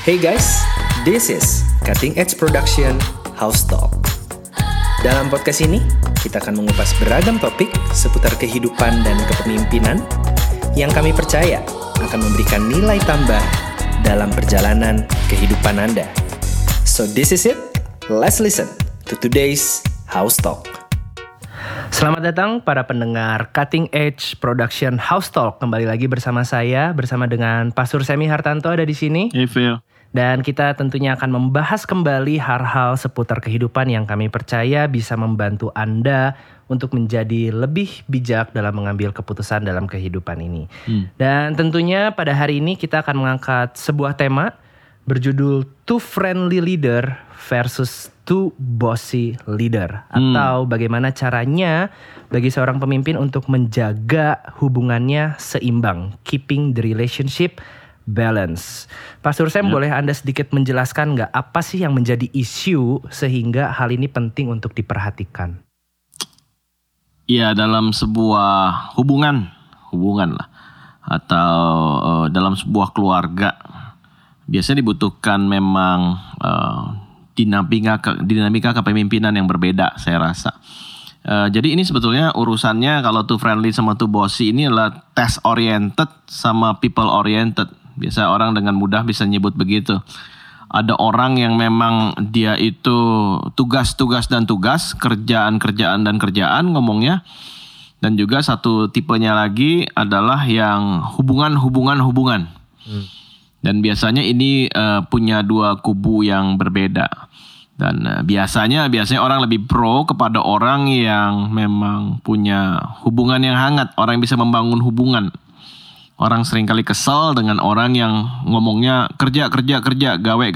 Hey guys, this is Cutting Edge Production House Talk. Dalam podcast ini, kita akan mengupas beragam topik seputar kehidupan dan kepemimpinan yang kami percaya akan memberikan nilai tambah dalam perjalanan kehidupan Anda. So this is it, let's listen to today's House Talk. Selamat datang para pendengar Cutting Edge Production House Talk. Kembali lagi bersama saya, bersama dengan Pastor Semi Hartanto ada di sini. Hey Phil. Dan kita tentunya akan membahas kembali hal-hal seputar kehidupan yang kami percaya bisa membantu Anda untuk menjadi lebih bijak dalam mengambil keputusan dalam kehidupan ini. Dan tentunya pada hari ini kita akan mengangkat sebuah tema berjudul Two Friendly Leader versus Two Bossy Leader. Atau bagaimana caranya bagi seorang pemimpin untuk menjaga hubungannya seimbang. Keeping the relationship balance. Pastor Sam, boleh Anda sedikit menjelaskan nggak apa sih yang menjadi isu sehingga hal ini penting untuk diperhatikan? Ya, dalam sebuah hubungan lah, atau dalam sebuah keluarga biasanya dibutuhkan memang dinamika kepemimpinan yang berbeda, saya rasa. Jadi ini sebetulnya urusannya kalau two friendly sama two bossy ini adalah task oriented sama people oriented. Biasa orang dengan mudah bisa nyebut begitu. Ada orang yang memang dia itu tugas dan tugas, kerjaan dan kerjaan ngomongnya. Dan juga satu tipenya lagi adalah yang hubungan. Dan biasanya ini punya dua kubu yang berbeda. Dan biasanya orang lebih pro kepada orang yang memang punya hubungan yang hangat, orang yang bisa membangun hubungan. Orang seringkali kesel dengan orang yang ngomongnya kerja, gawe.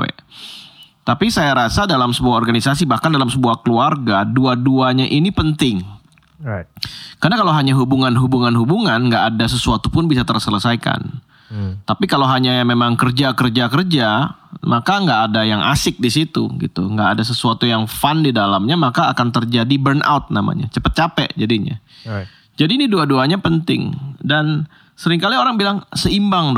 Tapi saya rasa dalam sebuah organisasi, bahkan dalam sebuah keluarga, dua-duanya ini penting. Right. Karena kalau hanya hubungan, nggak ada sesuatu pun bisa terselesaikan. Tapi kalau hanya memang kerja, maka nggak ada yang asik di situ, gitu. Nggak ada sesuatu yang fun di dalamnya, maka akan terjadi burnout namanya, cepet capek jadinya. Right. Jadi ini dua-duanya penting. Dan seringkali orang bilang seimbang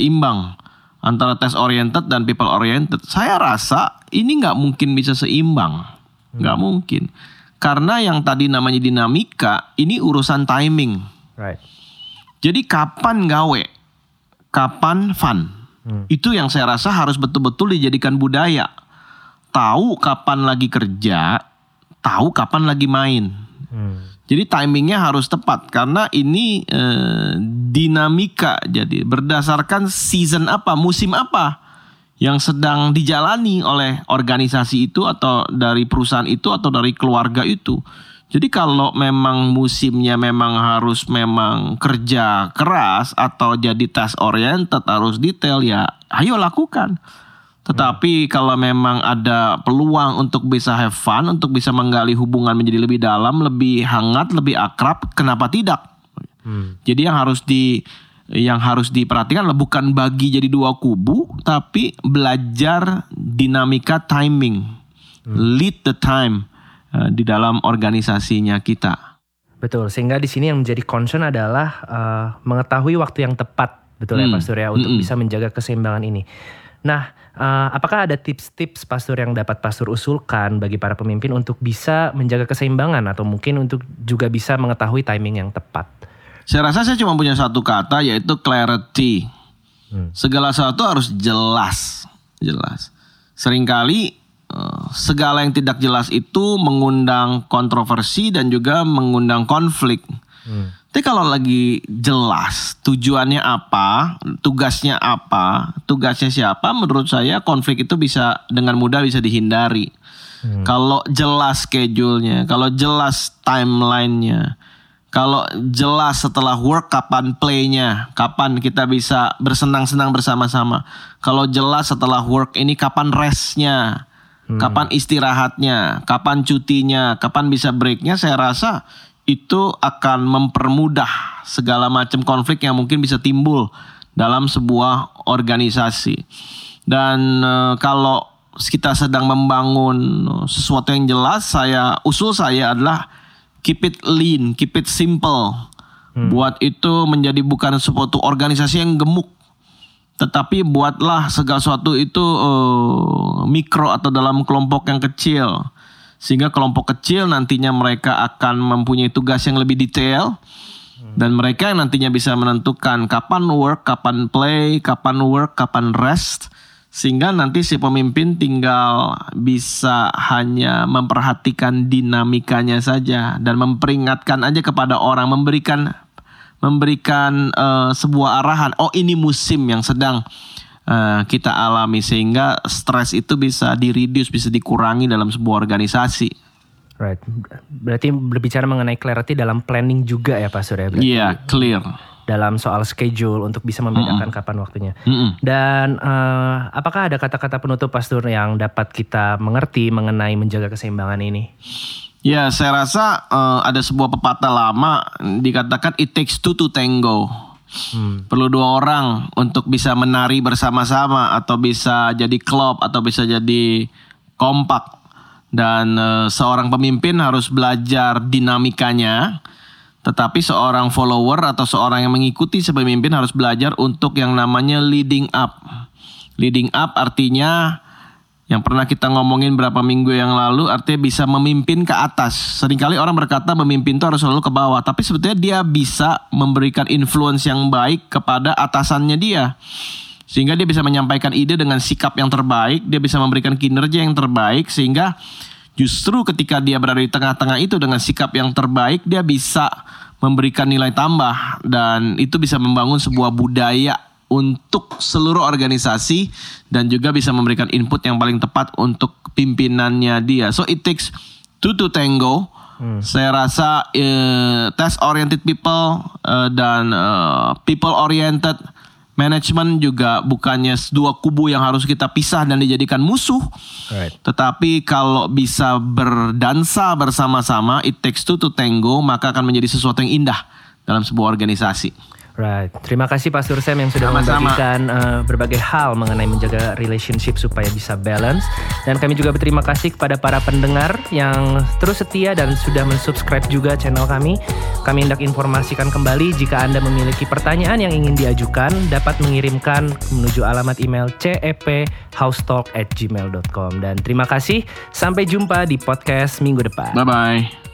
antara task oriented dan people oriented. Saya rasa ini nggak mungkin bisa seimbang, nggak mungkin. Karena yang tadi namanya dinamika, ini urusan timing. Right. Jadi kapan gawe, kapan fun. Itu yang saya rasa harus betul-betul dijadikan budaya. Tahu kapan lagi kerja, tahu kapan lagi main. Jadi timingnya harus tepat. Karena ini dinamika. Jadi berdasarkan season apa, musim apa yang sedang dijalani oleh organisasi itu atau dari perusahaan itu atau dari keluarga itu. Jadi kalau memang musimnya memang harus memang kerja keras atau jadi task oriented harus detail, ya ayo lakukan. Tetapi kalau memang ada peluang untuk bisa have fun, untuk bisa menggali hubungan menjadi lebih dalam, lebih hangat, lebih akrab, kenapa tidak? Jadi yang harus diperhatikan adalah bukan bagi jadi dua kubu, tapi belajar dinamika timing, lead the time di dalam organisasinya kita. Betul, sehingga di sini yang menjadi concern adalah mengetahui waktu yang tepat, betul ya Pastor ya, untuk bisa menjaga keseimbangan ini. Nah, apakah ada tips-tips Pastor yang dapat Pastor usulkan bagi para pemimpin untuk bisa menjaga keseimbangan atau mungkin untuk juga bisa mengetahui timing yang tepat? Saya rasa saya cuma punya satu kata, yaitu clarity. Segala sesuatu harus jelas. Seringkali segala yang tidak jelas itu mengundang kontroversi dan juga mengundang konflik. Tapi kalau lagi jelas tujuannya apa, tugasnya siapa, menurut saya konflik itu bisa dengan mudah bisa dihindari. Kalau jelas schedule-nya, kalau jelas timeline-nya, kalau jelas setelah work kapan play-nya, kapan kita bisa bersenang-senang bersama-sama. Kalau jelas setelah work ini kapan rest-nya, kapan istirahatnya, kapan cutinya, kapan bisa break-nya, saya rasa itu akan mempermudah segala macam konflik yang mungkin bisa timbul dalam sebuah organisasi. Dan kalau kita sedang membangun sesuatu yang jelas, usul saya adalah keep it lean, keep it simple. Buat itu menjadi bukan suatu organisasi yang gemuk. Tetapi buatlah segala sesuatu itu mikro atau dalam kelompok yang kecil. Sehingga kelompok kecil nantinya mereka akan mempunyai tugas yang lebih detail. Dan mereka yang nantinya bisa menentukan kapan work, kapan play, kapan work, kapan rest. Sehingga nanti si pemimpin tinggal bisa hanya memperhatikan dinamikanya saja. Dan memperingatkan aja kepada orang, memberikan sebuah arahan. Oh, ini musim yang sedang kita alami, sehingga stres itu bisa di-reduce, bisa dikurangi dalam sebuah organisasi. Right. Berarti berbicara mengenai clarity dalam planning juga ya Pak Surya? Iya, clear. Dalam soal schedule untuk bisa membedakan kapan waktunya. Dan apakah ada kata-kata penutup Pastor yang dapat kita mengerti mengenai menjaga keseimbangan ini? Ya, saya rasa ada sebuah pepatah lama dikatakan it takes two to tango. Perlu dua orang untuk bisa menari bersama-sama, atau bisa jadi klub, atau bisa jadi kompak. Dan seorang pemimpin harus belajar dinamikanya, tetapi seorang follower atau seorang yang mengikuti si pemimpin harus belajar untuk yang namanya leading up. Leading up artinya yang pernah kita ngomongin berapa minggu yang lalu, artinya bisa memimpin ke atas. Seringkali orang berkata memimpin itu harus selalu ke bawah, tapi sebetulnya dia bisa memberikan influence yang baik kepada atasannya dia. Sehingga dia bisa menyampaikan ide dengan sikap yang terbaik, dia bisa memberikan kinerja yang terbaik, sehingga justru ketika dia berada di tengah-tengah itu dengan sikap yang terbaik, dia bisa memberikan nilai tambah. Dan itu bisa membangun sebuah budaya untuk seluruh organisasi, dan juga bisa memberikan input yang paling tepat untuk pimpinannya dia. So it takes two to tango. Saya rasa task oriented people dan people oriented management juga bukannya dua kubu yang harus kita pisah dan dijadikan musuh. Right. Tetapi kalau bisa berdansa bersama-sama, it takes two to tango, maka akan menjadi sesuatu yang indah dalam sebuah organisasi. Right. Terima kasih Pastor Sam yang sudah membagikan berbagai hal mengenai menjaga relationship supaya bisa balance. Dan kami juga berterima kasih kepada para pendengar yang terus setia dan sudah mensubscribe juga channel kami. Kami hendak informasikan kembali, jika Anda memiliki pertanyaan yang ingin diajukan, dapat mengirimkan menuju alamat email cephousetalk@gmail.com. Dan terima kasih, sampai jumpa di podcast minggu depan. Bye-bye.